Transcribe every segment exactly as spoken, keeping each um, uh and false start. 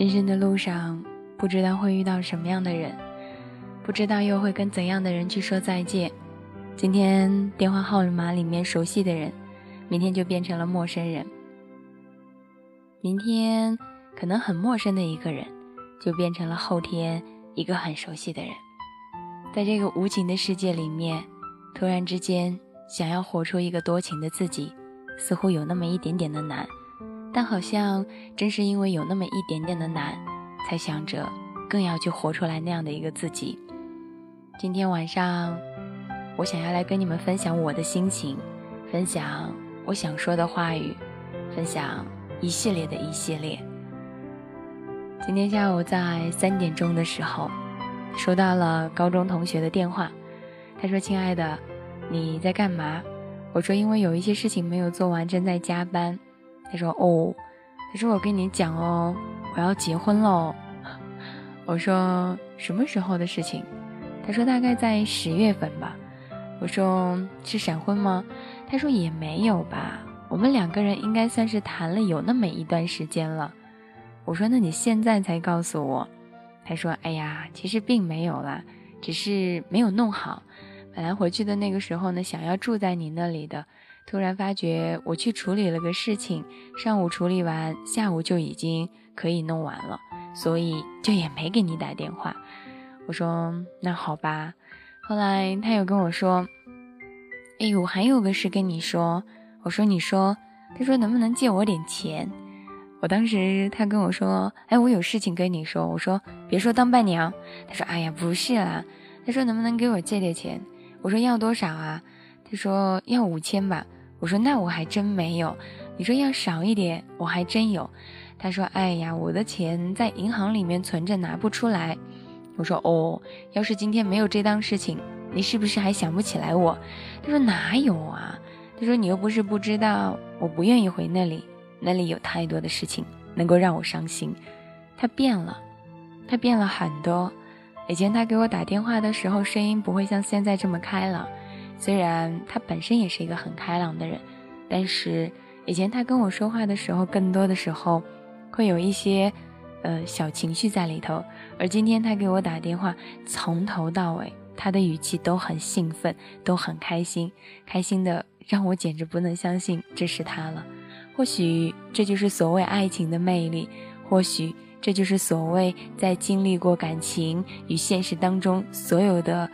人生的路上，不知道会遇到什么样的人，不知道又会跟怎样的人去说再见。今天电话号码里面熟悉的人，明天就变成了陌生人。明天可能很陌生的一个人，就变成了后天一个很熟悉的人。在这个无情的世界里面，突然之间想要活出一个多情的自己，似乎有那么一点点的难。但好像正是因为有那么一点点的难，才想着更要去活出来那样的一个自己。今天晚上我想要来跟你们分享我的心情，分享我想说的话语，分享一系列的一系列。今天下午在三点钟的时候收到了高中同学的电话，他说：亲爱的，你在干嘛？我说因为有一些事情没有做完，正在加班。他说哦，他说我跟你讲哦，我要结婚了。我说什么时候的事情？他说大概在十月份吧。我说是闪婚吗？他说也没有吧，我们两个人应该算是谈了有那么一段时间了。我说那你现在才告诉我？他说哎呀，其实并没有啦，只是没有弄好。本来回去的那个时候呢，想要住在你那里的，突然发觉我去处理了个事情，上午处理完，下午就已经可以弄完了，所以就也没给你打电话。我说那好吧。后来他又跟我说，哎，我还有个事跟你说。我说你说。他说能不能借我点钱？我当时他跟我说，哎，我有事情跟你说。我说别说当伴娘。他说哎呀不是啦。他说能不能给我借点钱？我说要多少啊？他说要五千吧。我说那我还真没有。你说要少一点，我还真有。他说哎呀，我的钱在银行里面存着，拿不出来。我说哦，要是今天没有这档事情，你是不是还想不起来我？他说哪有啊？他说你又不是不知道，我不愿意回那里，那里有太多的事情能够让我伤心。他变了，他变了很多。以前他给我打电话的时候，声音不会像现在这么开朗，虽然他本身也是一个很开朗的人，但是以前他跟我说话的时候，更多的时候会有一些呃小情绪在里头。而今天他给我打电话，从头到尾他的语气都很兴奋，都很开心，开心的让我简直不能相信这是他了。或许这就是所谓爱情的魅力，或许这就是所谓在经历过感情与现实当中所有的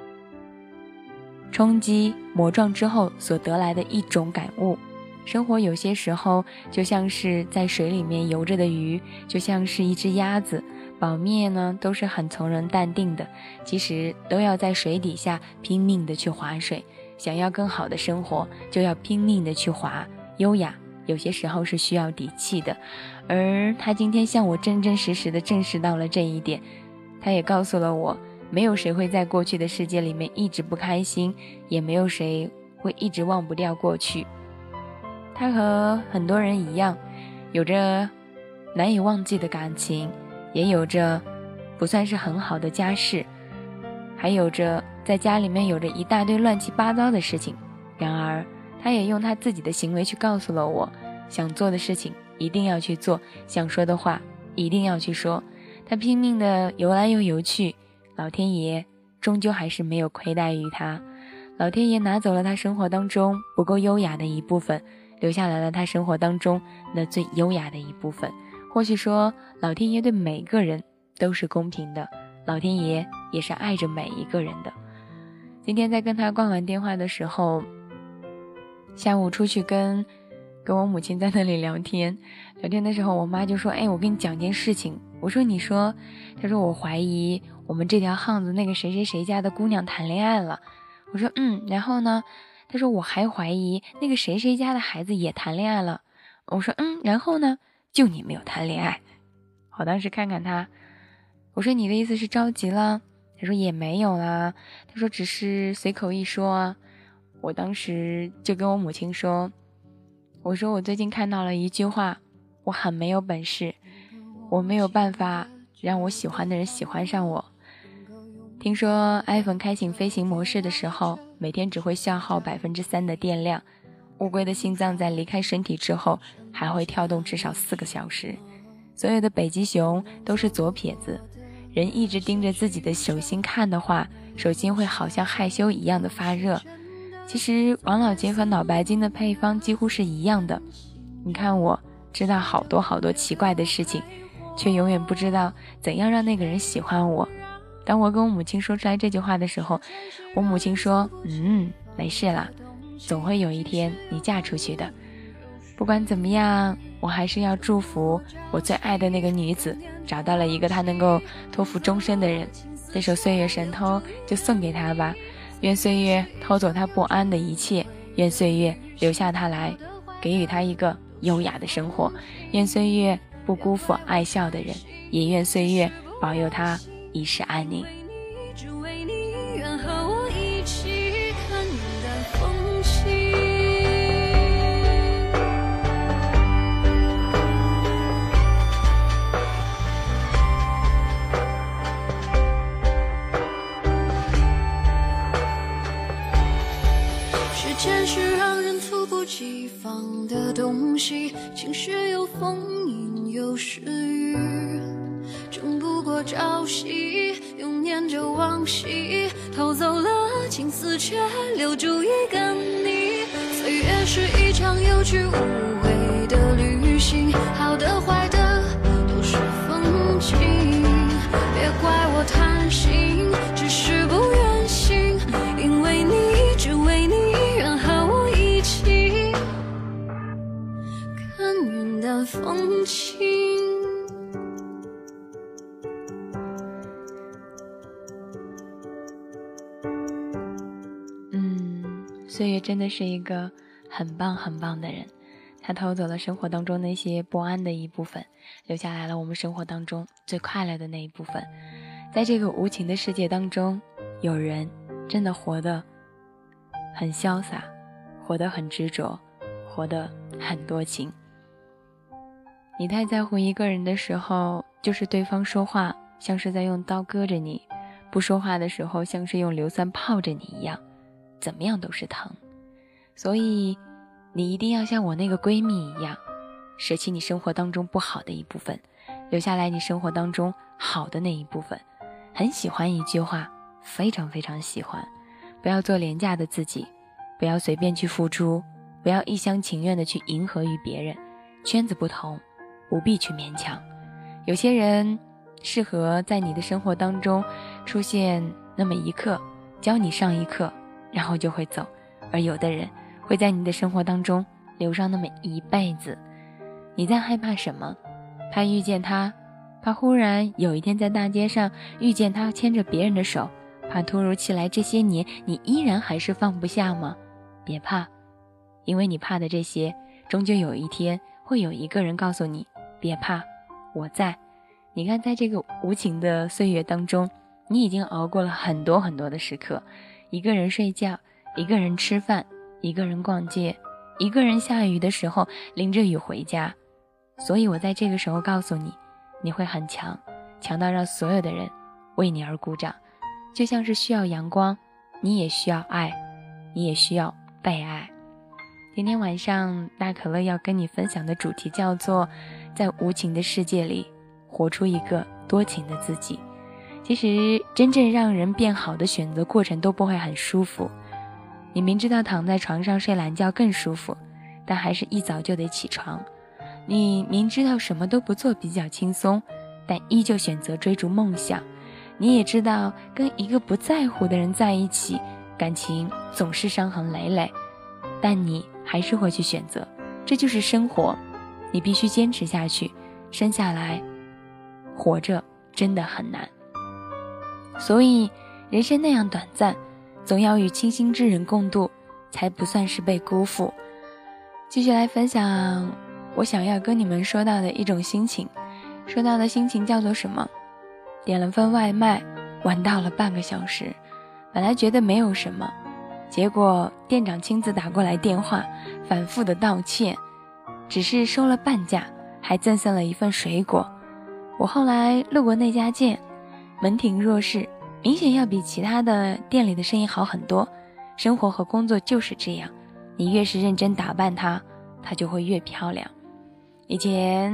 冲击磨撞之后所得来的一种感悟。生活有些时候就像是在水里面游着的鱼，就像是一只鸭子，表面呢都是很从容淡定的，其实都要在水底下拼命的去划水。想要更好的生活，就要拼命的去划。优雅有些时候是需要底气的，而他今天向我真真实实的证实到了这一点。他也告诉了我，没有谁会在过去的世界里面一直不开心，也没有谁会一直忘不掉过去。他和很多人一样，有着难以忘记的感情，也有着不算是很好的家世，还有着在家里面有着一大堆乱七八糟的事情。然而他也用他自己的行为去告诉了我，想做的事情一定要去做，想说的话一定要去说。他拼命的游来又游去，老天爷终究还是没有亏待于他。老天爷拿走了他生活当中不够优雅的一部分，留下来了他生活当中那最优雅的一部分。或许说老天爷对每个人都是公平的，老天爷也是爱着每一个人的。今天在跟他挂完电话的时候，下午出去跟跟我母亲在那里聊天聊天的时候，我妈就说，哎，我跟你讲件事情。我说你说。她说我怀疑我们这条巷子那个谁谁谁家的姑娘谈恋爱了。我说嗯，然后呢？她说我还怀疑那个谁谁家的孩子也谈恋爱了。我说嗯，然后呢？就你没有谈恋爱。我当时看看她，我说你的意思是着急了？她说也没有啦，她说只是随口一说啊。我当时就跟我母亲说，我说我最近看到了一句话，我很没有本事，我没有办法让我喜欢的人喜欢上我。听说 iPhone 开启飞行模式的时候，每天只会消耗 百分之三 的电量，乌龟的心脏在离开身体之后还会跳动至少四个小时。 所有的北极熊都是左撇子。人一直盯着自己的手心看的话，手心会好像害羞一样的发热。其实王老吉和脑白金的配方几乎是一样的。你看，我知道好多好多奇怪的事情，却永远不知道怎样让那个人喜欢我。当我跟我母亲说出来这句话的时候，我母亲说，嗯，没事啦，总会有一天你嫁出去的。不管怎么样，我还是要祝福我最爱的那个女子找到了一个她能够托付终身的人。这首《岁月神偷》就送给她吧，愿岁月偷走她不安的一切，愿岁月留下她来，给予她一个优雅的生活，愿岁月不辜负爱笑的人，也愿岁月保佑她一世安宁。 只为你愿和我一起看云淡风轻，时间是让人猝不及防的东西，晴时有风阴有时雨，争不过朝夕，又念着往昔，偷走了青丝，却留住一个你。岁月是一场有去无回的旅行，好的坏的都是风景，别怪我贪心，只是不愿醒，因为你，只为你，愿和我一起看云淡风轻。 岁月真的是一个很棒很棒的人，他偷走了生活当中那些不安的一部分，留下来了我们生活当中最快乐的那一部分。在这个无情的世界当中，有人真的活得很潇洒，活得很执着，活得很多情。你太在乎一个人的时候，就是对方说话像是在用刀割着你，不说话的时候像是用硫酸泡着你一样，怎么样都是疼。所以你一定要像我那个闺蜜一样，舍弃你生活当中不好的一部分，留下来你生活当中好的那一部分。很喜欢一句话，非常非常喜欢，不要做廉价的自己，不要随便去付出，不要一厢情愿的去迎合于别人，圈子不同，不必去勉强。有些人适合在你的生活当中出现那么一刻，教你上一课，然后就会走。而有的人会在你的生活当中留上那么一辈子。你在害怕什么？怕遇见他？怕忽然有一天在大街上遇见他牵着别人的手？怕突如其来这些年你依然还是放不下吗？别怕，因为你怕的这些，终究有一天会有一个人告诉你，别怕，我在。你看，在这个无情的岁月当中，你已经熬过了很多很多的时刻，一个人睡觉，一个人吃饭，一个人逛街，一个人下雨的时候淋着雨回家。所以我在这个时候告诉你，你会很强，强到让所有的人为你而鼓掌。就像是需要阳光，你也需要爱，你也需要被爱。今天晚上大可乐要跟你分享的主题叫做在无情的世界里活出一个多情的自己。其实真正让人变好的选择过程都不会很舒服，你明知道躺在床上睡懒觉更舒服，但还是一早就得起床。你明知道什么都不做比较轻松，但依旧选择追逐梦想。你也知道跟一个不在乎的人在一起，感情总是伤痕累累，但你还是会去选择。这就是生活，你必须坚持下去。生下来活着真的很难，所以人生那样短暂，总要与倾心之人共度，才不算是被辜负。继续来分享我想要跟你们说到的一种心情。说到的心情叫做什么？点了份外卖，晚到了半个小时，本来觉得没有什么，结果店长亲自打过来电话，反复的道歉，只是收了半价，还赠送了一份水果。我后来路过那家店，门庭若市，明显要比其他的店里的生意好很多。生活和工作就是这样，你越是认真打扮它，它就会越漂亮。以前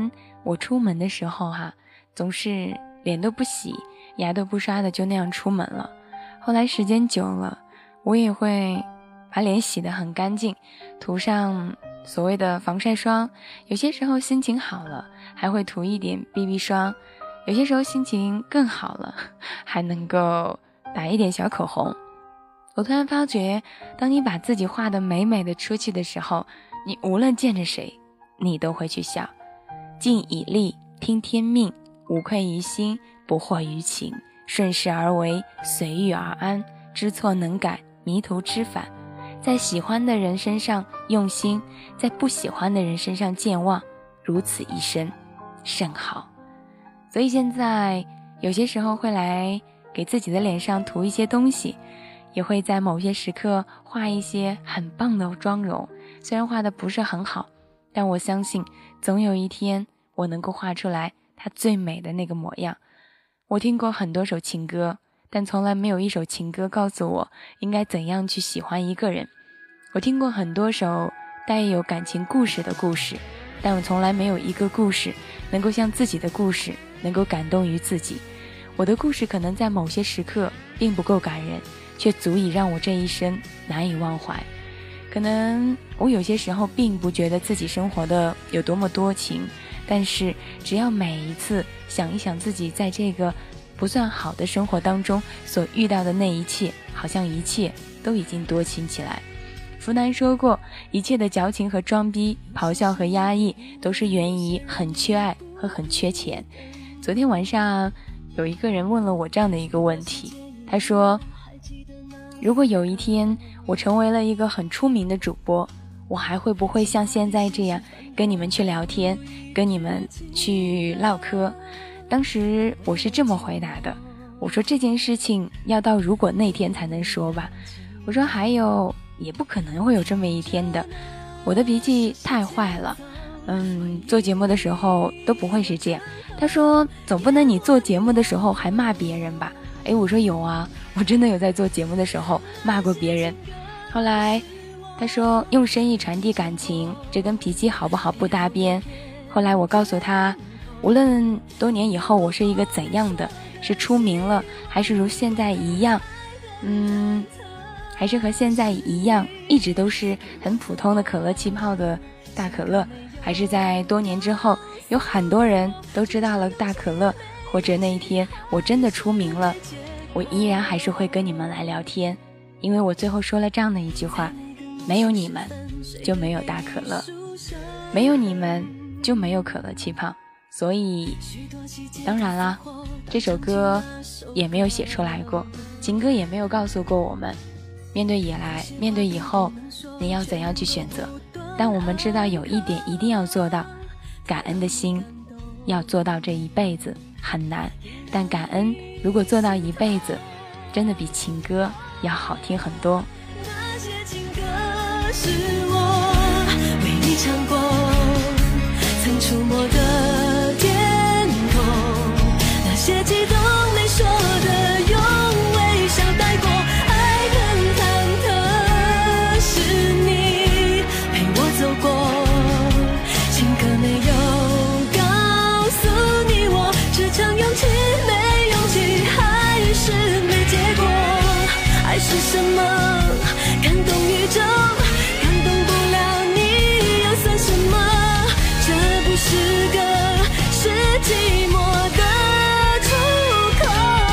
我出门的时候哈、啊，总是脸都不洗，牙都不刷的就那样出门了。后来时间久了，我也会把脸洗得很干净，涂上所谓的防晒霜，有些时候心情好了还会涂一点 B B 霜，有些时候心情更好了还能够打一点小口红。我突然发觉，当你把自己画得美美的出去的时候，你无论见着谁，你都会去笑。尽以力，听天命，无愧于心，不惑于情，顺势而为，随遇而安，知错能改，迷途知返。在喜欢的人身上用心，在不喜欢的人身上健忘，如此一生甚好。所以现在有些时候会来给自己的脸上涂一些东西，也会在某些时刻画一些很棒的妆容，虽然画的不是很好，但我相信总有一天我能够画出来它最美的那个模样。我听过很多首情歌，但从来没有一首情歌告诉我应该怎样去喜欢一个人。我听过很多首带有感情故事的故事，但我从来没有一个故事能够像自己的故事能够感动于自己。我的故事可能在某些时刻并不够感人，却足以让我这一生难以忘怀。可能我有些时候并不觉得自己生活的有多么多情，但是只要每一次想一想自己在这个不算好的生活当中所遇到的那一切，好像一切都已经多情起来。福南说过，一切的矫情和装逼，咆哮和压抑，都是源于很缺爱和很缺钱。昨天晚上有一个人问了我这样的一个问题，他说，如果有一天我成为了一个很出名的主播，我还会不会像现在这样跟你们去聊天，跟你们去唠嗑？当时我是这么回答的，我说这件事情要到如果那天才能说吧，我说还有也不可能会有这么一天的，我的脾气太坏了，嗯，做节目的时候都不会是这样。他说总不能你做节目的时候还骂别人吧？诶，我说有啊，我真的有在做节目的时候骂过别人。后来他说用声音传递感情，这跟脾气好不好不搭边。后来我告诉他，无论多年以后我是一个怎样的，是出名了还是如现在一样，嗯，还是和现在一样一直都是很普通的可乐气泡的大可乐，还是在多年之后有很多人都知道了大可乐，或者那一天我真的出名了，我依然还是会跟你们来聊天。因为我最后说了这样的一句话，没有你们就没有大可乐，没有你们就没有可乐气泡。所以当然啦，这首歌也没有写出来过，情歌也没有告诉过我们面对以来面对以后你要怎样去选择。但我们知道有一点一定要做到，感恩的心要做到这一辈子很难，但感恩如果做到一辈子，真的比情歌要好听很多。 那些情歌是我为你唱过，曾触摸的天空，那些激动没说的用微笑带过，爱很忐忑，是你陪我走过，情歌没有告诉你我只唱勇气，没勇气还是没结果。爱是什么？感动宇宙，感动不了你又算什么？这不是个是寂寞的出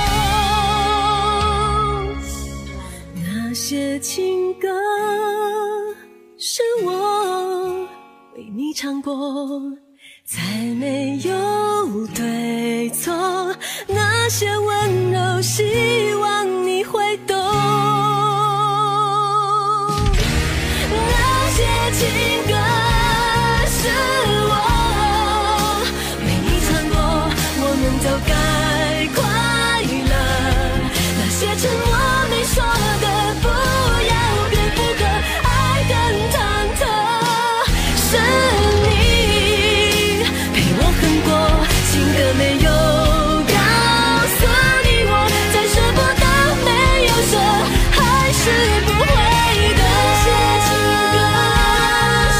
口。那些情歌是我为你唱过，才没有对错。那些温柔，希望你会懂。那些情歌是我为你唱过，我们都该快乐。那些承诺没说的，不要变不得，爱更忐忑，是你陪我恨过，情歌没有告诉你我再舍不得，没有舍还是不会的。那些情歌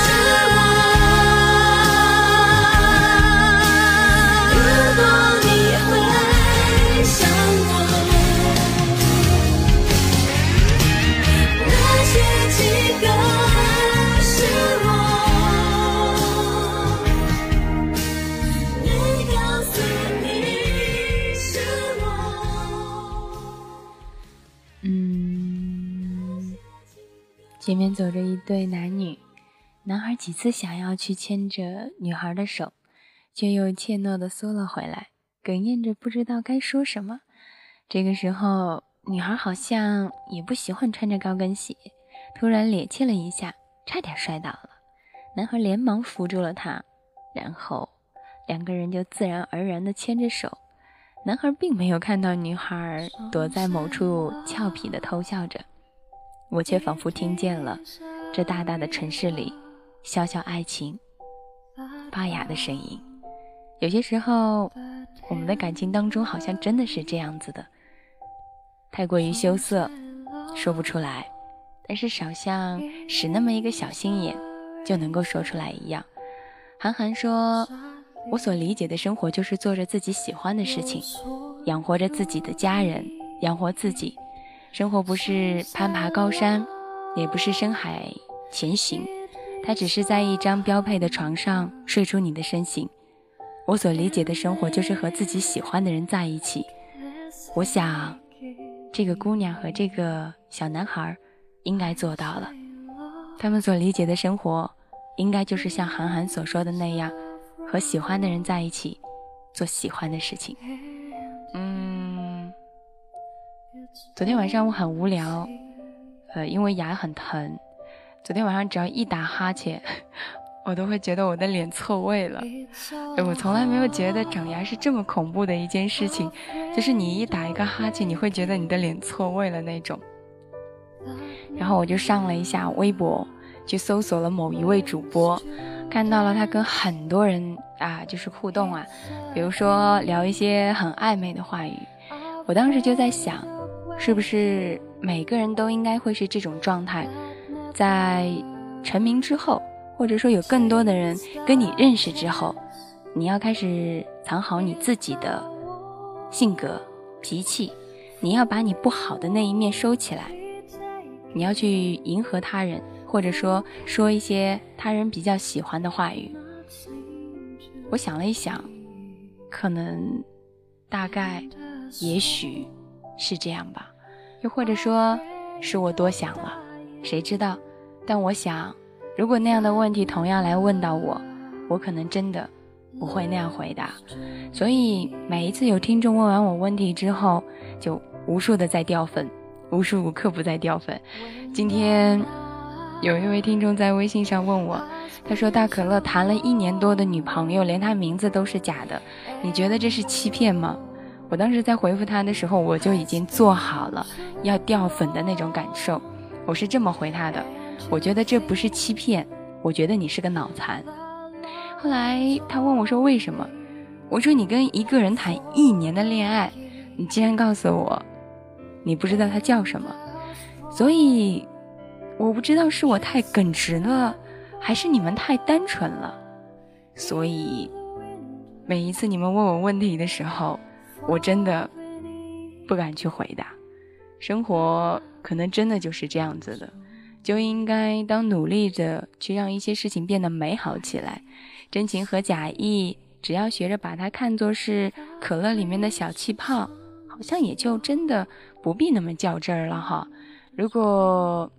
面走着一对男女，男孩几次想要去牵着女孩的手，却又怯懦地缩了回来，哽咽着不知道该说什么。这个时候，女孩好像也不喜欢穿着高跟鞋，突然趔趄了一下，差点摔倒了。男孩连忙扶住了她，然后两个人就自然而然地牵着手。男孩并没有看到女孩躲在某处俏皮地偷笑着，我却仿佛听见了这大大的城市里小小爱情发芽的声音。有些时候我们的感情当中好像真的是这样子的，太过于羞涩说不出来，但是少像使那么一个小心眼就能够说出来一样。韩寒说，我所理解的生活就是做着自己喜欢的事情，养活着自己的家人，养活自己。生活不是攀爬高山，也不是深海前行，它只是在一张标配的床上睡出你的身形。我所理解的生活就是和自己喜欢的人在一起。我想这个姑娘和这个小男孩应该做到了，他们所理解的生活应该就是像韩寒所说的那样，和喜欢的人在一起做喜欢的事情。嗯，昨天晚上我很无聊，呃，因为牙很疼，昨天晚上只要一打哈欠我都会觉得我的脸错位了。我从来没有觉得长牙是这么恐怖的一件事情，就是你一打一个哈欠，你会觉得你的脸错位了那种。然后我就上了一下微博，去搜索了某一位主播，看到了他跟很多人啊就是互动啊，比如说聊一些很暧昧的话语。我当时就在想，是不是每个人都应该会是这种状态，在成名之后，或者说有更多的人跟你认识之后，你要开始藏好你自己的性格脾气，你要把你不好的那一面收起来，你要去迎合他人，或者说说一些他人比较喜欢的话语。我想了一想，可能大概也许是这样吧，又或者说是我多想了，谁知道。但我想，如果那样的问题同样来问到我，我可能真的不会那样回答。所以每一次有听众问完我问题之后，就无数的在掉粉，无时无刻不在掉粉。今天有一位听众在微信上问我，他说大可乐谈了一年多的女朋友，连她名字都是假的，你觉得这是欺骗吗？我当时在回复他的时候，我就已经做好了要掉粉的那种感受。我是这么回他的，我觉得这不是欺骗，我觉得你是个脑残。后来他问我说为什么，我说你跟一个人谈一年的恋爱，你竟然告诉我你不知道他叫什么。所以我不知道是我太耿直了，还是你们太单纯了。所以每一次你们问我问题的时候，我真的不敢去回答。生活可能真的就是这样子的，就应该当努力着去让一些事情变得美好起来。真情和假意，只要学着把它看作是可乐里面的小气泡，好像也就真的不必那么较真儿了哈。如果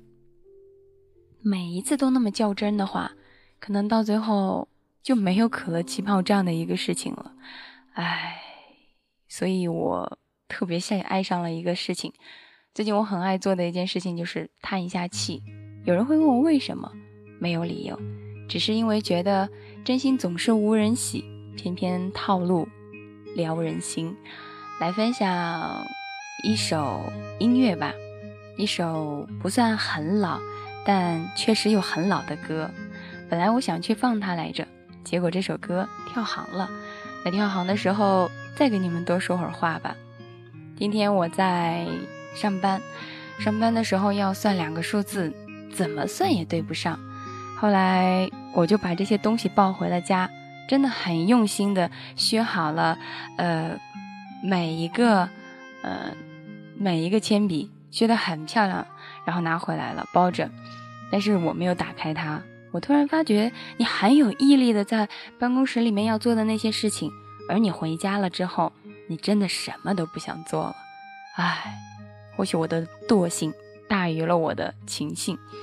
每一次都那么较真的话，可能到最后就没有可乐气泡这样的一个事情了。唉，所以我特别像爱上了一个事情。最近我很爱做的一件事情就是叹一下气。有人会问我为什么，没有理由，只是因为觉得真心总是无人喜，偏偏套路撩人心。来分享一首音乐吧，一首不算很老但确实有很老的歌。本来我想去放它来着，结果这首歌跳行了。那跳行的时候再给你们多说会儿话吧。今天我在上班，上班的时候要算两个数字，怎么算也对不上。后来我就把这些东西抱回了家，真的很用心的削好了呃每一个呃每一个铅笔，削得很漂亮，然后拿回来了包着。但是我没有打开它，我突然发觉你很有毅力的在办公室里面要做的那些事情，而你回家了之后，你真的什么都不想做了。唉，或许我的惰性大于了我的情性。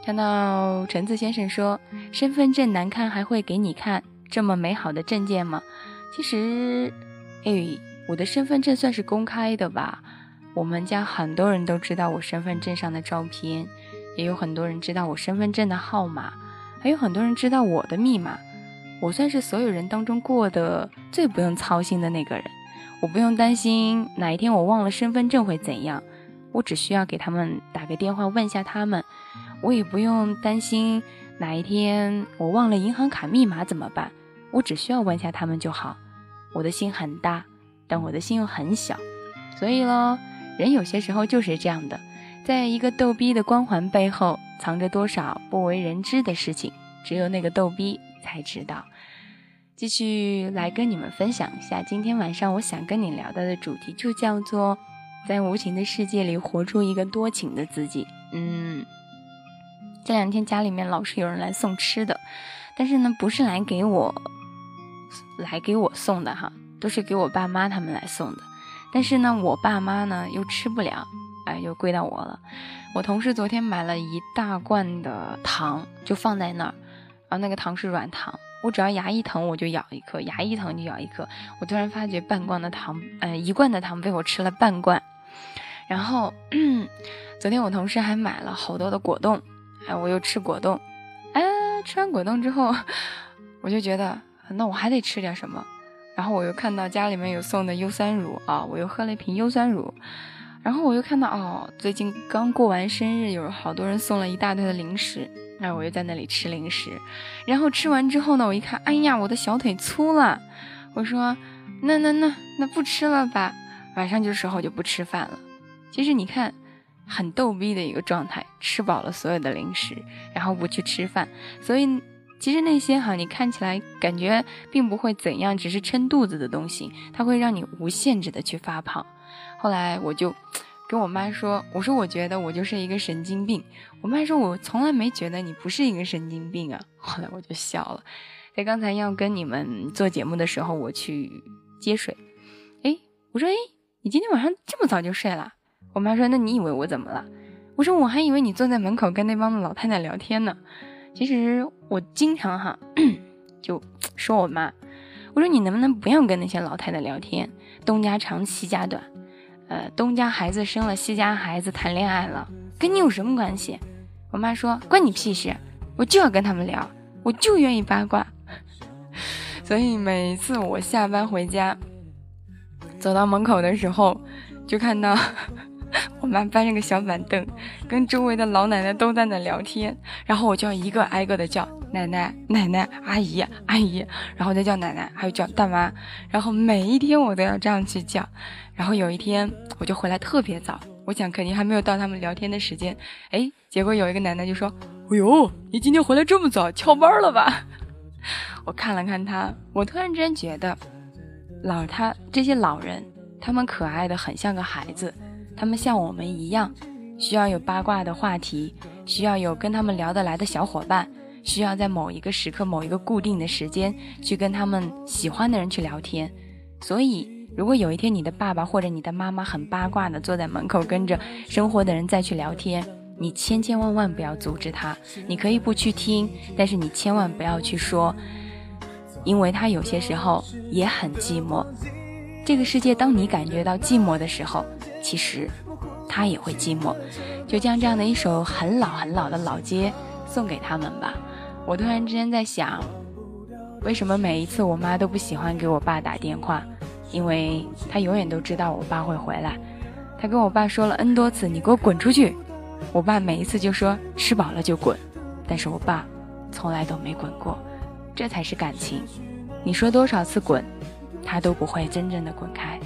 看到橙子先生说身份证难看还会给你看，这么美好的证件吗？其实诶，我的身份证算是公开的吧，我们家很多人都知道我身份证上的照片，也有很多人知道我身份证的号码，还有很多人知道我的密码。我算是所有人当中过得最不用操心的那个人，我不用担心哪一天我忘了身份证会怎样，我只需要给他们打个电话问下他们，我也不用担心哪一天我忘了银行卡密码怎么办，我只需要问下他们就好。我的心很大，但我的心又很小，所以咯，人有些时候就是这样的，在一个逗逼的光环背后藏着多少不为人知的事情，只有那个逗逼才知道。继续来跟你们分享一下今天晚上我想跟你聊到的主题，就叫做在无情的世界里活出一个多情的自己。嗯，这两天家里面老是有人来送吃的，但是呢不是来给我来给我送的哈，都是给我爸妈他们来送的，但是呢我爸妈呢又吃不了，哎，又归到我了。我同事昨天买了一大罐的糖就放在那儿，然后那个糖是软糖，我只要牙一疼我就咬一颗，牙一疼就咬一颗。我突然发觉半罐的糖呃，一罐的糖被我吃了半罐。然后昨天我同事还买了好多的果冻，哎，我又吃果冻，哎，吃完果冻之后我就觉得那我还得吃点什么，然后我又看到家里面有送的优酸乳啊，我又喝了一瓶优酸乳，然后我又看到哦，最近刚过完生日，有好多人送了一大堆的零食，那我又在那里吃零食，然后吃完之后呢，我一看，哎呀，我的小腿粗了，我说那那那那不吃了吧，晚上这时候就不吃饭了。其实你看很逗逼的一个状态，吃饱了所有的零食，然后不去吃饭，所以其实那些哈你看起来感觉并不会怎样，只是撑肚子的东西，它会让你无限制的去发胖。后来我就跟我妈说，我说我觉得我就是一个神经病，我妈说我从来没觉得你不是一个神经病啊。后来我就笑了。在刚才要跟你们做节目的时候，我去接水，诶，我说诶，你今天晚上这么早就睡了？我妈说那你以为我怎么了？我说我还以为你坐在门口跟那帮老太太聊天呢。其实我经常哈就说我妈，我说你能不能不要跟那些老太太聊天，东家长西家短，呃，东家孩子生了，西家孩子谈恋爱了，跟你有什么关系？我妈说关你屁事，我就要跟他们聊，我就愿意八卦。所以每次我下班回家走到门口的时候，就看到我妈搬着个小板凳，跟周围的老奶奶都在那聊天，然后我就要一个挨个的叫奶奶奶奶阿姨阿姨，然后再叫奶奶，还有叫大妈，然后每一天我都要这样去叫。然后有一天我就回来特别早，我想肯定还没有到他们聊天的时间，诶，结果有一个奶奶就说，哎呦，你今天回来这么早，翘班了吧？我看了看他，我突然之间觉得老他这些老人他们可爱的很像个孩子，他们像我们一样需要有八卦的话题，需要有跟他们聊得来的小伙伴，需要在某一个时刻某一个固定的时间去跟他们喜欢的人去聊天。所以如果有一天你的爸爸或者你的妈妈很八卦的坐在门口跟着生活的人再去聊天，你千千万万不要阻止他，你可以不去听，但是你千万不要去说，因为他有些时候也很寂寞。这个世界当你感觉到寂寞的时候，其实他也会寂寞。就将这样的一首很老很老的老街送给他们吧。我突然之间在想，为什么每一次我妈都不喜欢给我爸打电话，因为她永远都知道我爸会回来。她跟我爸说了 N 多次，你给我滚出去，我爸每一次就说吃饱了就滚，但是我爸从来都没滚过。这才是感情，你说多少次滚，他都不会真正的滚开。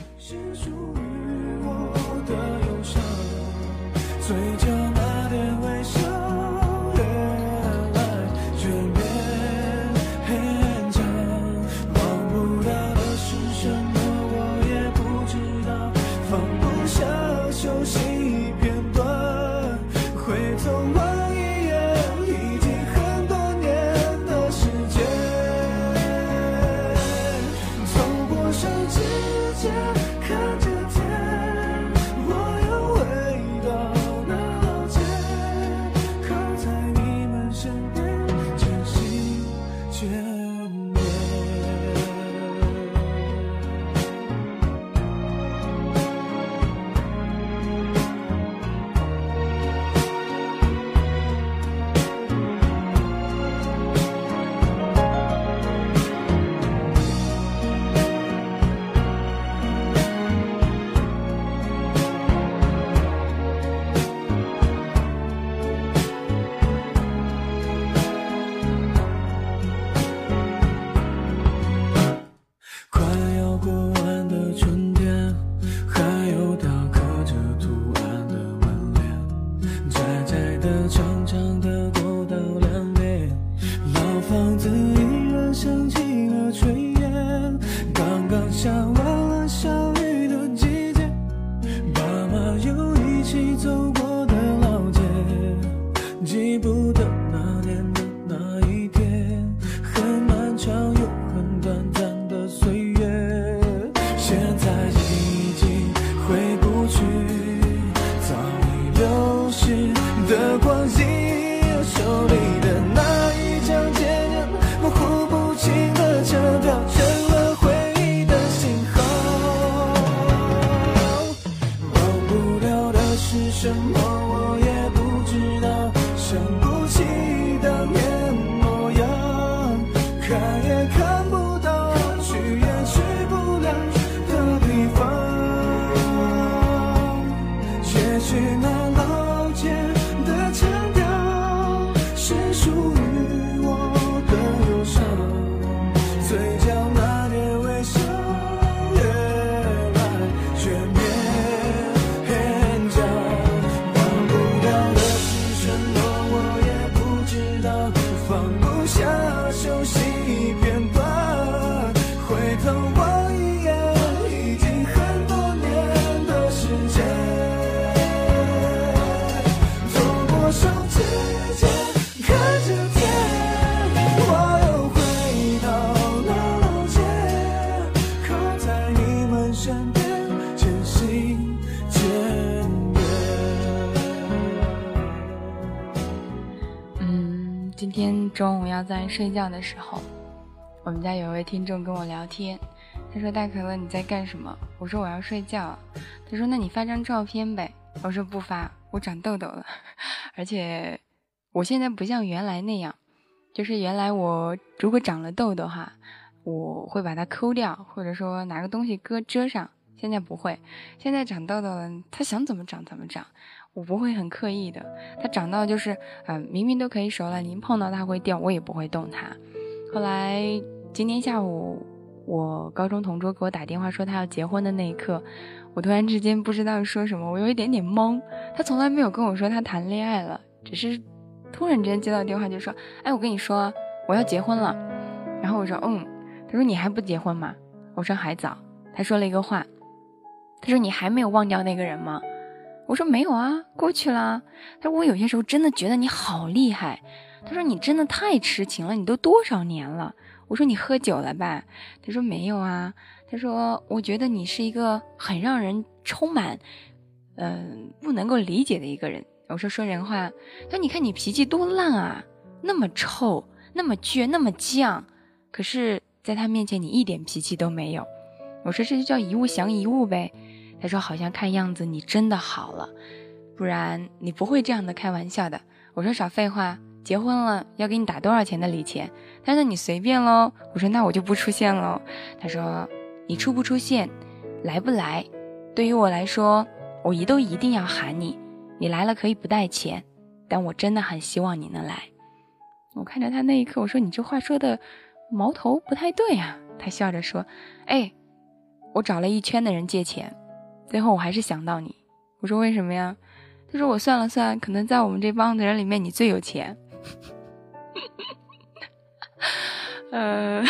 随着那点微笑越来越变很长，忘不掉的是什么我也不知道，放不下熟悉片段，回头望一眼已经很多年的时间，走过山之间看着天，我又回到那是属于我的忧伤，嘴角那点微笑越来越勉强，忘不掉的是承诺，我也不知道，放不下熟悉片段，回头望一眼，已经很多年的时间，走过手指间看着天，我又回到那老街，靠在你们身边，渐行渐远。 嗯，今天中午要在睡觉的时候，我们家有一位听众跟我聊天，他说大可乐你在干什么？我说我要睡觉。他说那你发张照片呗。我说不发，我长痘痘了，而且我现在不像原来那样，就是原来我如果长了痘痘哈，我会把它抠掉，或者说拿个东西搁遮上，现在不会。现在长痘痘了，它想怎么长怎么长，我不会很刻意的，它长到就是呃，明明都可以熟了，您碰到它会掉，我也不会动它。后来今天下午我高中同桌给我打电话说他要结婚的那一刻，我突然之间不知道说什么，我有一点点懵。他从来没有跟我说他谈恋爱了，只是突然之间接到电话就说，哎，我跟你说我要结婚了。然后我说嗯，他说你还不结婚吗？我说还早。他说了一个话，他说你还没有忘掉那个人吗？我说没有啊，过去了。他说我有些时候真的觉得你好厉害。他说你真的太痴情了，你都多少年了？我说你喝酒了吧？他说没有啊。他说我觉得你是一个很让人充满嗯、呃、不能够理解的一个人。我说说人话。他说你看你脾气多烂啊，那么臭，那么倔，那么犟，可是在他面前你一点脾气都没有。我说这就叫一物降一物呗。他说好像看样子你真的好了，不然你不会这样的开玩笑的。我说少废话，结婚了要给你打多少钱的礼钱？他说你随便咯。我说那我就不出现咯。他说你出不出现，来不来，对于我来说我一都一定要喊你，你来了可以不带钱，但我真的很希望你能来。我看着他那一刻，我说你这话说的矛头不太对啊。他笑着说，哎，我找了一圈的人借钱，最后我还是想到你。我说为什么呀？他说我算了算，可能在我们这帮子人里面你最有钱。呃，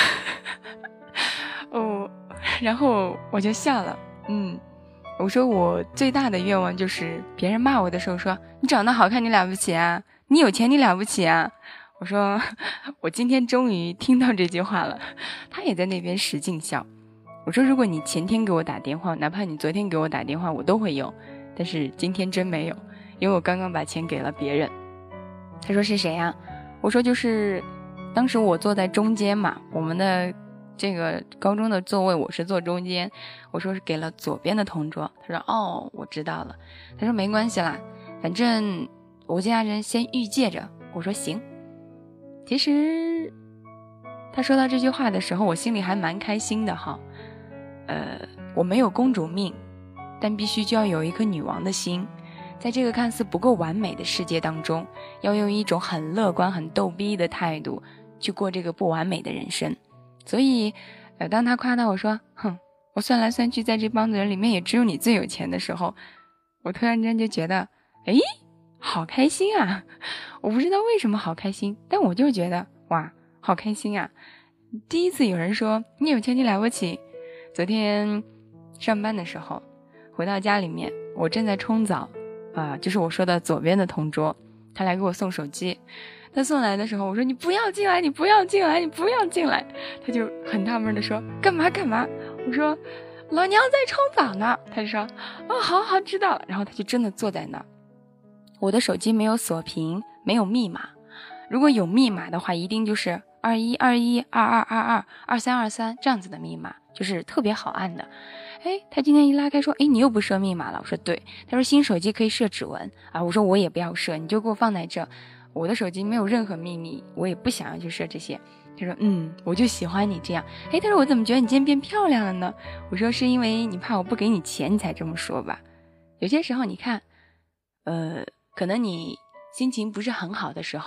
哦，然后我就笑了。嗯，我说我最大的愿望就是别人骂我的时候说你长得好看你了不起啊，你有钱你了不起啊。我说我今天终于听到这句话了。他也在那边使劲笑。我说如果你前天给我打电话，哪怕你昨天给我打电话我都会用，但是今天真没有，因为我刚刚把钱给了别人。他说是谁啊？我说就是当时我坐在中间嘛，我们的这个高中的座位我是坐中间，我说是给了左边的同桌。他说哦我知道了。他说没关系啦，反正我家人先预借着。我说行。其实他说到这句话的时候我心里还蛮开心的哈。呃，我没有公主命，但必须就要有一颗女王的心，在这个看似不够完美的世界当中，要用一种很乐观很逗逼的态度去过这个不完美的人生。所以呃，当他夸到我说哼，我算来算去在这帮子人里面也只有你最有钱的时候，我突然间就觉得诶好开心啊。我不知道为什么好开心，但我就觉得哇好开心啊。第一次有人说你有钱你了不起。昨天上班的时候回到家里面，我正在冲澡啊、呃，就是我说的左边的同桌，他来给我送手机。他送来的时候我说你不要进来你不要进来你不要进来，他就很纳闷的说干嘛干嘛。我说老娘在冲澡呢。他就说哦好好知道了。然后他就真的坐在那儿。我的手机没有锁屏，没有密码，如果有密码的话一定就是二一二一二二二二二三二三这样子的密码，就是特别好按的。哎，他今天一拉开说，哎，你又不设密码了？我说对。他说新手机可以设指纹啊，我说我也不要设，你就给我放在这，我的手机没有任何秘密，我也不想要去设这些。他说嗯，我就喜欢你这样。哎，他说我怎么觉得你今天变漂亮了呢？我说是因为你怕我不给你钱你才这么说吧。有些时候你看呃，可能你心情不是很好的时候，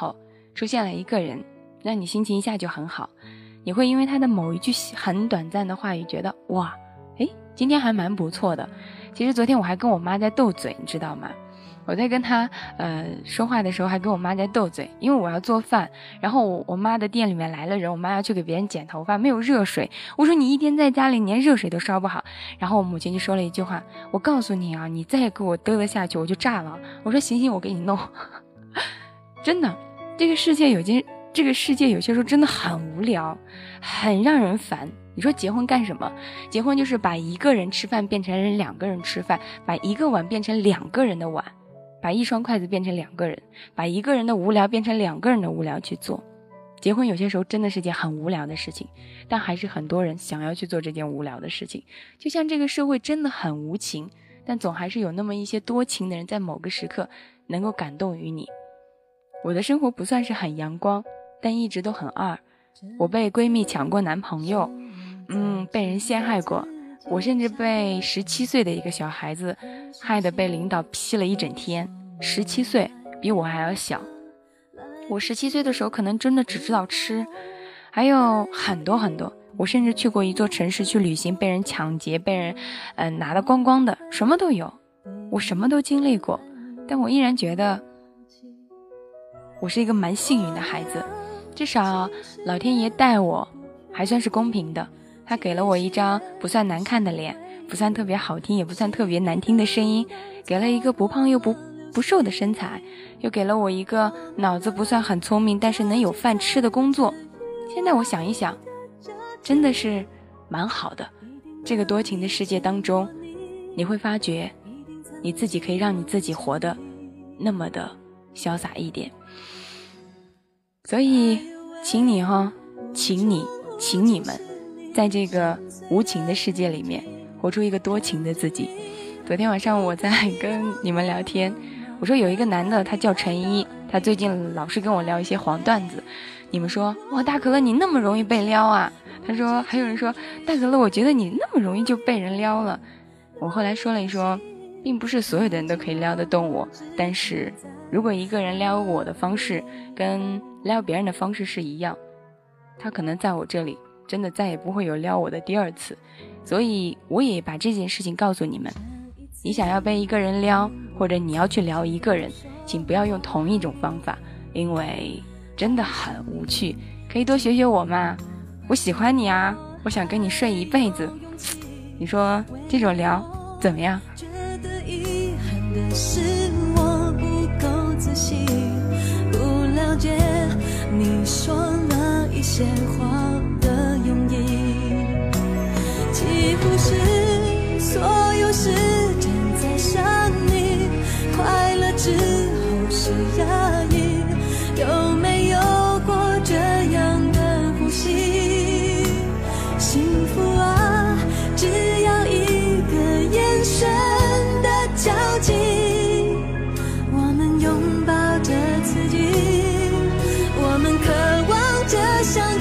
出现了一个人，让你心情一下就很好，你会因为他的某一句很短暂的话语觉得哇，诶，今天还蛮不错的。其实昨天我还跟我妈在斗嘴，你知道吗？我在跟她呃说话的时候还跟我妈在斗嘴，因为我要做饭，然后我我妈的店里面来了人，我妈要去给别人剪头发，没有热水，我说你一天在家里连热水都烧不好，然后我母亲就说了一句话，我告诉你啊，你再给我嘚了下去我就炸了。我说行行，我给你弄。真的，这个世界有些这个世界有些时候真的很无聊，很让人烦。你说结婚干什么？结婚就是把一个人吃饭变成两个人吃饭，把一个碗变成两个人的碗，把一双筷子变成两个人，把一个人的无聊变成两个人的无聊去做。结婚有些时候真的是件很无聊的事情，但还是很多人想要去做这件无聊的事情。就像这个社会真的很无情，但总还是有那么一些多情的人在某个时刻能够感动于你。我的生活不算是很阳光，但一直都很二。我被闺蜜抢过男朋友，嗯，被人陷害过，我甚至被十七岁的一个小孩子害得被领导批了一整天。十七岁比我还要小，我十七岁的时候可能真的只知道吃，还有很多很多。我甚至去过一座城市去旅行，被人抢劫，被人嗯、呃、拿得光光的，什么都有，我什么都经历过。但我依然觉得我是一个蛮幸运的孩子，至少老天爷待我还算是公平的，他给了我一张不算难看的脸，不算特别好听也不算特别难听的声音，给了一个不胖又不不瘦的身材，又给了我一个脑子不算很聪明但是能有饭吃的工作。现在我想一想，真的是蛮好的。这个多情的世界当中，你会发觉你自己可以让你自己活得那么的潇洒一点。所以请你哈，请你请你们在这个无情的世界里面活出一个多情的自己。昨天晚上我在跟你们聊天，我说有一个男的他叫陈一，他最近老是跟我聊一些黄段子。你们说哇，大可乐你那么容易被撩啊？他说还有人说大可乐我觉得你那么容易就被人撩了。我后来说了一说，并不是所有的人都可以撩得动我，但是如果一个人撩我的方式跟撩别人的方式是一样，他可能在我这里真的再也不会有撩我的第二次。所以我也把这件事情告诉你们，你想要被一个人撩，或者你要去撩一个人，请不要用同一种方法，因为真的很无趣。可以多学学我嘛，我喜欢你啊，我想跟你睡一辈子。你说这种撩怎么样？ 觉得遗憾的是我不够仔细，不了解你说那一些话的用意，几乎是所有时间在想你，快乐之后是压抑，有没有过这样的呼吸？幸福啊，只要一个眼神的交集，我们拥抱着自己，我们渴望着相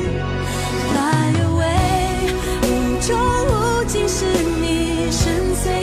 遇。Fly away， 无穷无尽是你深邃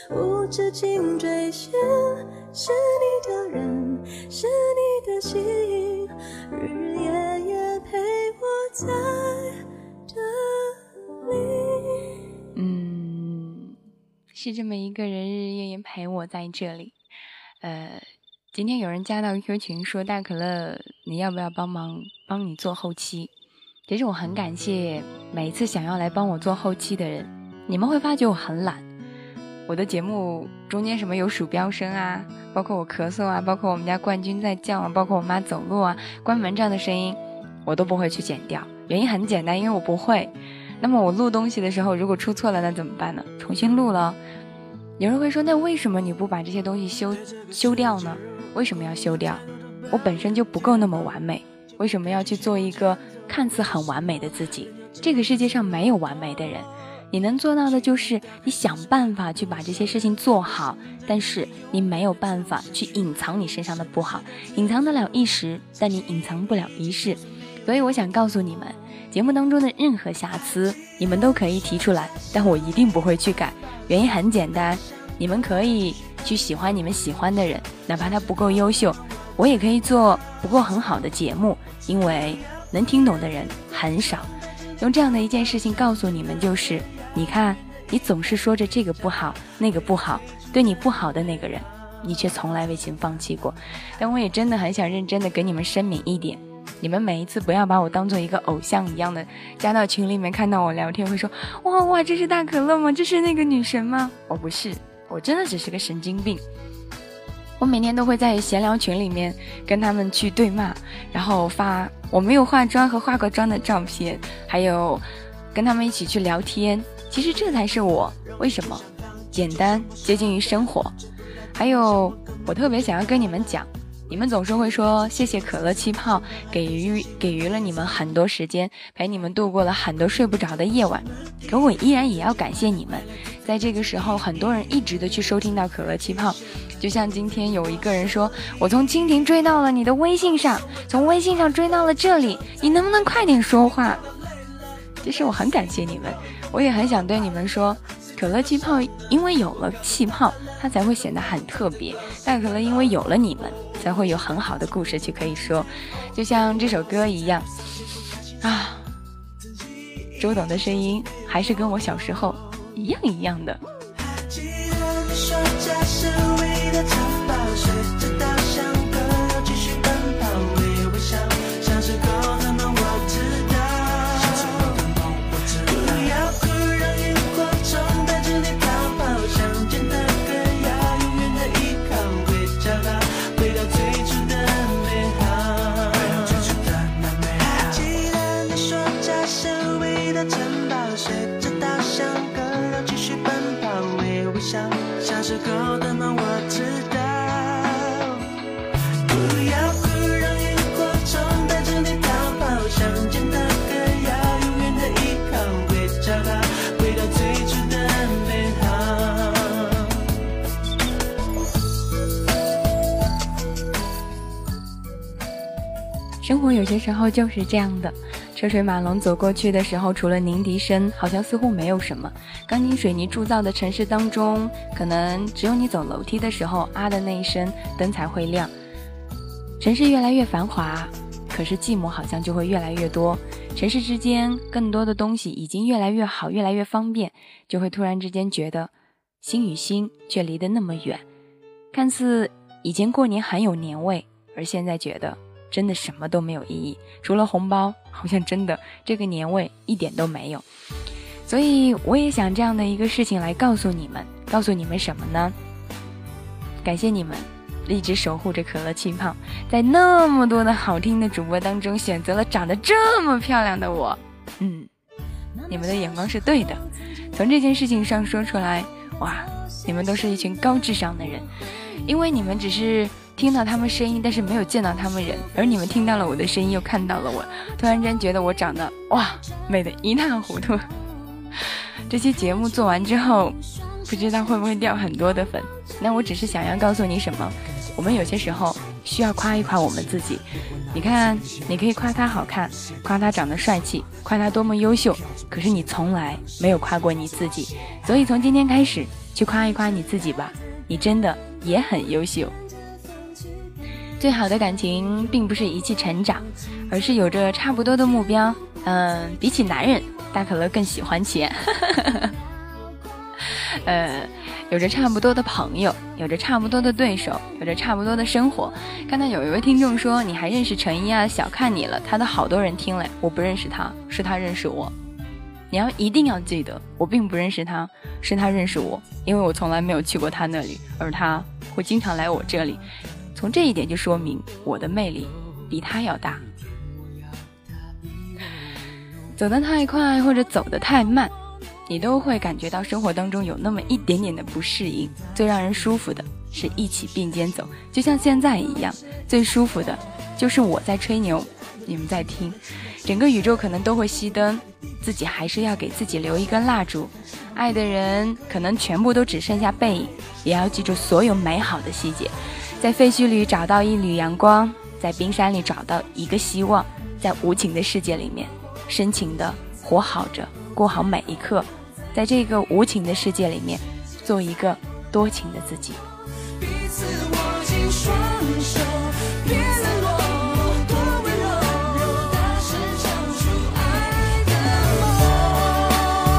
无止境追寻，是你的人，是你的心，日日夜夜陪我在这里。 嗯，是这么一个人日日夜夜陪我在这里。呃，今天有人加到 Q Q 群说，大可乐你要不要帮忙帮你做后期。其实我很感谢每一次想要来帮我做后期的人。你们会发觉我很懒，我的节目中间什么有鼠标声啊，包括我咳嗽啊，包括我们家冠军在叫啊，包括我妈走路啊，关门这样的声音我都不会去剪掉。原因很简单，因为我不会。那么我录东西的时候如果出错了，那怎么办呢？重新录了。有人会说，那为什么你不把这些东西修修掉呢？为什么要修掉？我本身就不够那么完美，为什么要去做一个看似很完美的自己？这个世界上没有完美的人，你能做到的就是你想办法去把这些事情做好，但是你没有办法去隐藏你身上的不好，隐藏得了一时，但你隐藏不了一世。所以我想告诉你们，节目当中的任何瑕疵你们都可以提出来，但我一定不会去改。原因很简单，你们可以去喜欢你们喜欢的人，哪怕他不够优秀，我也可以做不够很好的节目，因为能听懂的人很少。用这样的一件事情告诉你们，就是你看，你总是说着这个不好那个不好，对你不好的那个人你却从来未曾放弃过。但我也真的很想认真的给你们声明一点，你们每一次不要把我当做一个偶像一样的加到群里面，看到我聊天会说，哇哇这是大可乐吗？这是那个女神吗？我不是，我真的只是个神经病。我每天都会在闲聊群里面跟他们去对骂，然后发我没有化妆和化过妆的照片，还有跟他们一起去聊天。其实这才是我，为什么？简单，接近于生活。还有我特别想要跟你们讲，你们总是会说谢谢可乐气泡给予给予了你们很多时间，陪你们度过了很多睡不着的夜晚，可我依然也要感谢你们。在这个时候，很多人一直的去收听到可乐气泡，就像今天有一个人说，我从蜻蜓追到了你的微信上，从微信上追到了这里，你能不能快点说话？其实我很感谢你们，我也很想对你们说，可乐气泡因为有了气泡，它才会显得很特别，但可乐因为有了你们，才会有很好的故事去可以说。就像这首歌一样啊，周董的声音还是跟我小时候一样一样的。 既然你说家是唯一的城堡，随着稻香河流继续奔跑，微微笑，像是狗的梦我知道，不要哭，让萤火虫带着你逃跑，想见的歌要永远的依靠，会找到回到最初的美好，回到最初的那美好。既然你说家是唯一的城堡，随着稻香河流继续奔跑，微微笑，像是狗的梦我知道，不要哭，让萤火虫带着你逃跑，想见的歌要永远的依靠，会找到回到最初的美好。 生活有些时候就是这样的，车水马龙走过去的时候，除了鸣笛声，好像似乎没有什么。钢筋水泥铸造的城市当中，可能只有你走楼梯的时候，啊的那一声灯才会亮。城市越来越繁华，可是寂寞好像就会越来越多。城市之间更多的东西已经越来越好，越来越方便，就会突然之间觉得心与心却离得那么远。看似以前过年很有年味，而现在觉得真的什么都没有意义，除了红包，好像真的这个年味一点都没有。所以我也想这样的一个事情来告诉你们，告诉你们什么呢？感谢你们一直守护着可乐气泡，在那么多的好听的主播当中选择了长得这么漂亮的我。嗯，你们的眼光是对的，从这件事情上说出来，哇，你们都是一群高智商的人，因为你们只是听到他们声音，但是没有见到他们人，而你们听到了我的声音，又看到了我，突然间觉得我长得哇美得一塌糊涂。这期节目做完之后，不知道会不会掉很多的粉，那我只是想要告诉你什么，我们有些时候需要夸一夸我们自己。你看，你可以夸他好看，夸他长得帅气，夸他多么优秀，可是你从来没有夸过你自己。所以从今天开始， 去夸一夸你自己吧，你真的也很优秀。最好的感情并不是一起成长，而是有着差不多的目标。嗯，比起男人，大可乐更喜欢钱。呃，有着差不多的朋友，有着差不多的对手，有着差不多的生活。刚才有一位听众说，你还认识陈一啊，小看你了，他的好多人听了，我不认识他，是他认识我。你要一定要记得，我并不认识他，是他认识我，因为我从来没有去过他那里，而他会经常来我这里。从这一点就说明我的魅力比他要大。走得太快或者走得太慢，你都会感觉到生活当中有那么一点点的不适应。最让人舒服的是一起并肩走，就像现在一样，最舒服的就是我在吹牛，你们在听。整个宇宙可能都会熄灯，自己还是要给自己留一根蜡烛。爱的人可能全部都只剩下背影，也要记住所有美好的细节。在废墟里找到一缕阳光，在冰山里找到一个希望，在无情的世界里面深情的活好着，过好每一刻，在这个无情的世界里面做一个多情的自己。 彼此握紧双手，别冷落，多温柔，大声唱出爱的梦。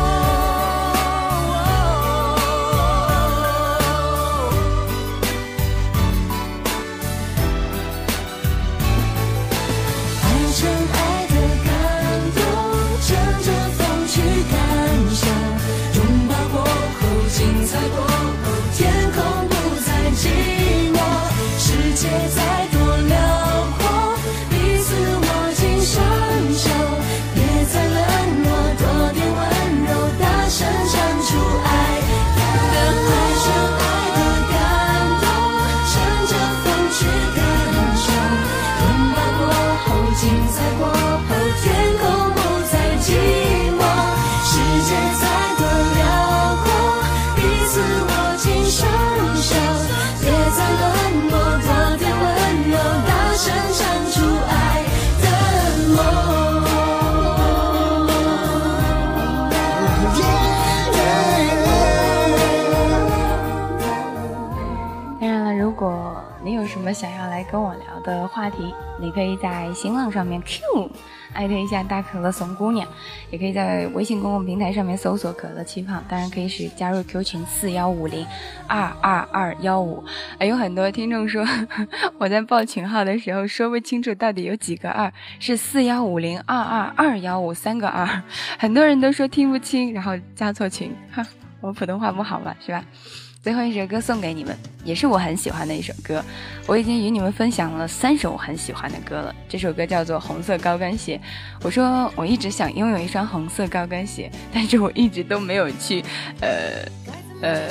爱成爱的感动，乘着风去感受，拥抱过后，精彩过后，天空不再寂寞，世界再多辽阔，彼此握紧双手，别再冷落，多点温柔，大声唱出爱的爱成爱的感动，乘着风去感受，拥抱过后，精彩过后，天空不再寂寞，世界再多辽阔，彼此握紧双手，别再冷落，多点温柔，大声唱出爱的梦。 当然了，如果你有什么想要来跟我聊的话题，你可以在新浪上面 Q 艾特一下大可乐怂姑娘，也可以在微信公共平台上面搜索可乐气泡，当然可以是加入 Q 群四一五零二二二一五。有很多听众说我在报群号的时候说不清楚到底有几个二，是四一五零二二二一五三个二，很多人都说听不清，然后加错群，哈，我普通话不好吧，是吧？最后一首歌送给你们，也是我很喜欢的一首歌，我已经与你们分享了三首我很喜欢的歌了。这首歌叫做《红色高跟鞋》。我说我一直想拥有一双红色高跟鞋，但是我一直都没有去呃呃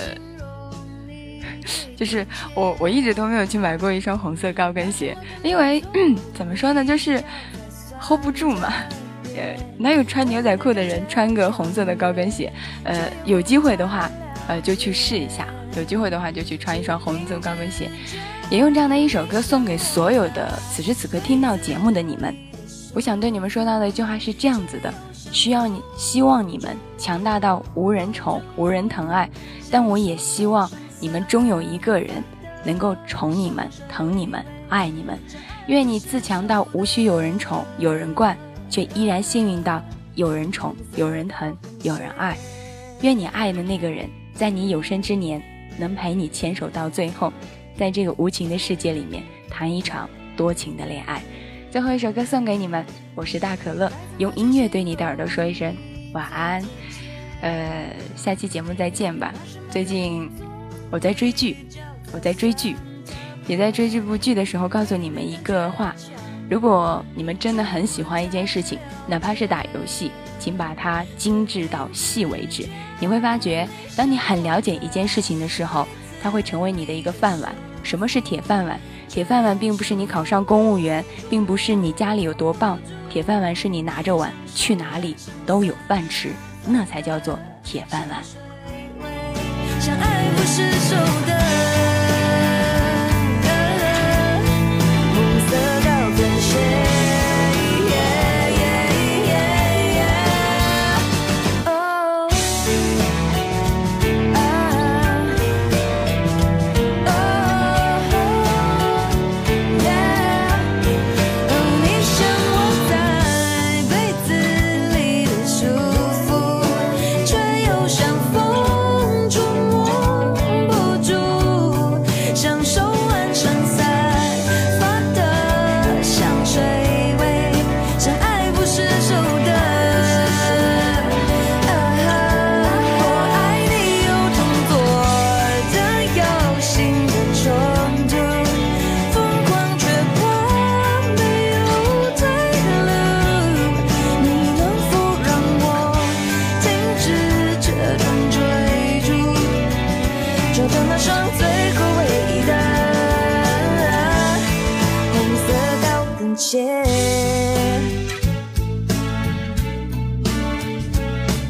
就是我我一直都没有去买过一双红色高跟鞋，因为、嗯、怎么说呢，就是 hold 不住嘛。呃，哪有穿牛仔裤的人穿个红色的高跟鞋？呃，有机会的话，呃，就去试一下。有机会的话，就去穿一双红色高跟鞋。也用这样的一首歌送给所有的此时此刻听到节目的你们。我想对你们说到的一句话是这样子的：需要你，希望你们强大到无人宠、无人疼爱，但我也希望你们终有一个人能够宠你们、疼你们、爱你们。愿你自强到无需有人宠、有人惯，却依然幸运到有人宠、有人疼、有人爱。愿你爱的那个人在你有生之年能陪你牵手到最后，在这个无情的世界里面谈一场多情的恋爱。最后一首歌送给你们，我是大可乐，用音乐对你的耳朵说一声晚安。呃，下期节目再见吧。最近我在追剧，我在追剧，也在追这部剧的时候告诉你们一个话：如果你们真的很喜欢一件事情，哪怕是打游戏，请把它精致到细为止。你会发觉，当你很了解一件事情的时候，它会成为你的一个饭碗。什么是铁饭碗？铁饭碗并不是你考上公务员，并不是你家里有多棒，铁饭碗是你拿着碗去哪里都有饭吃，那才叫做铁饭碗。 相爱不释手的红色高跟鞋。Oh, ah, 找到那双最后唯一的红色高跟鞋。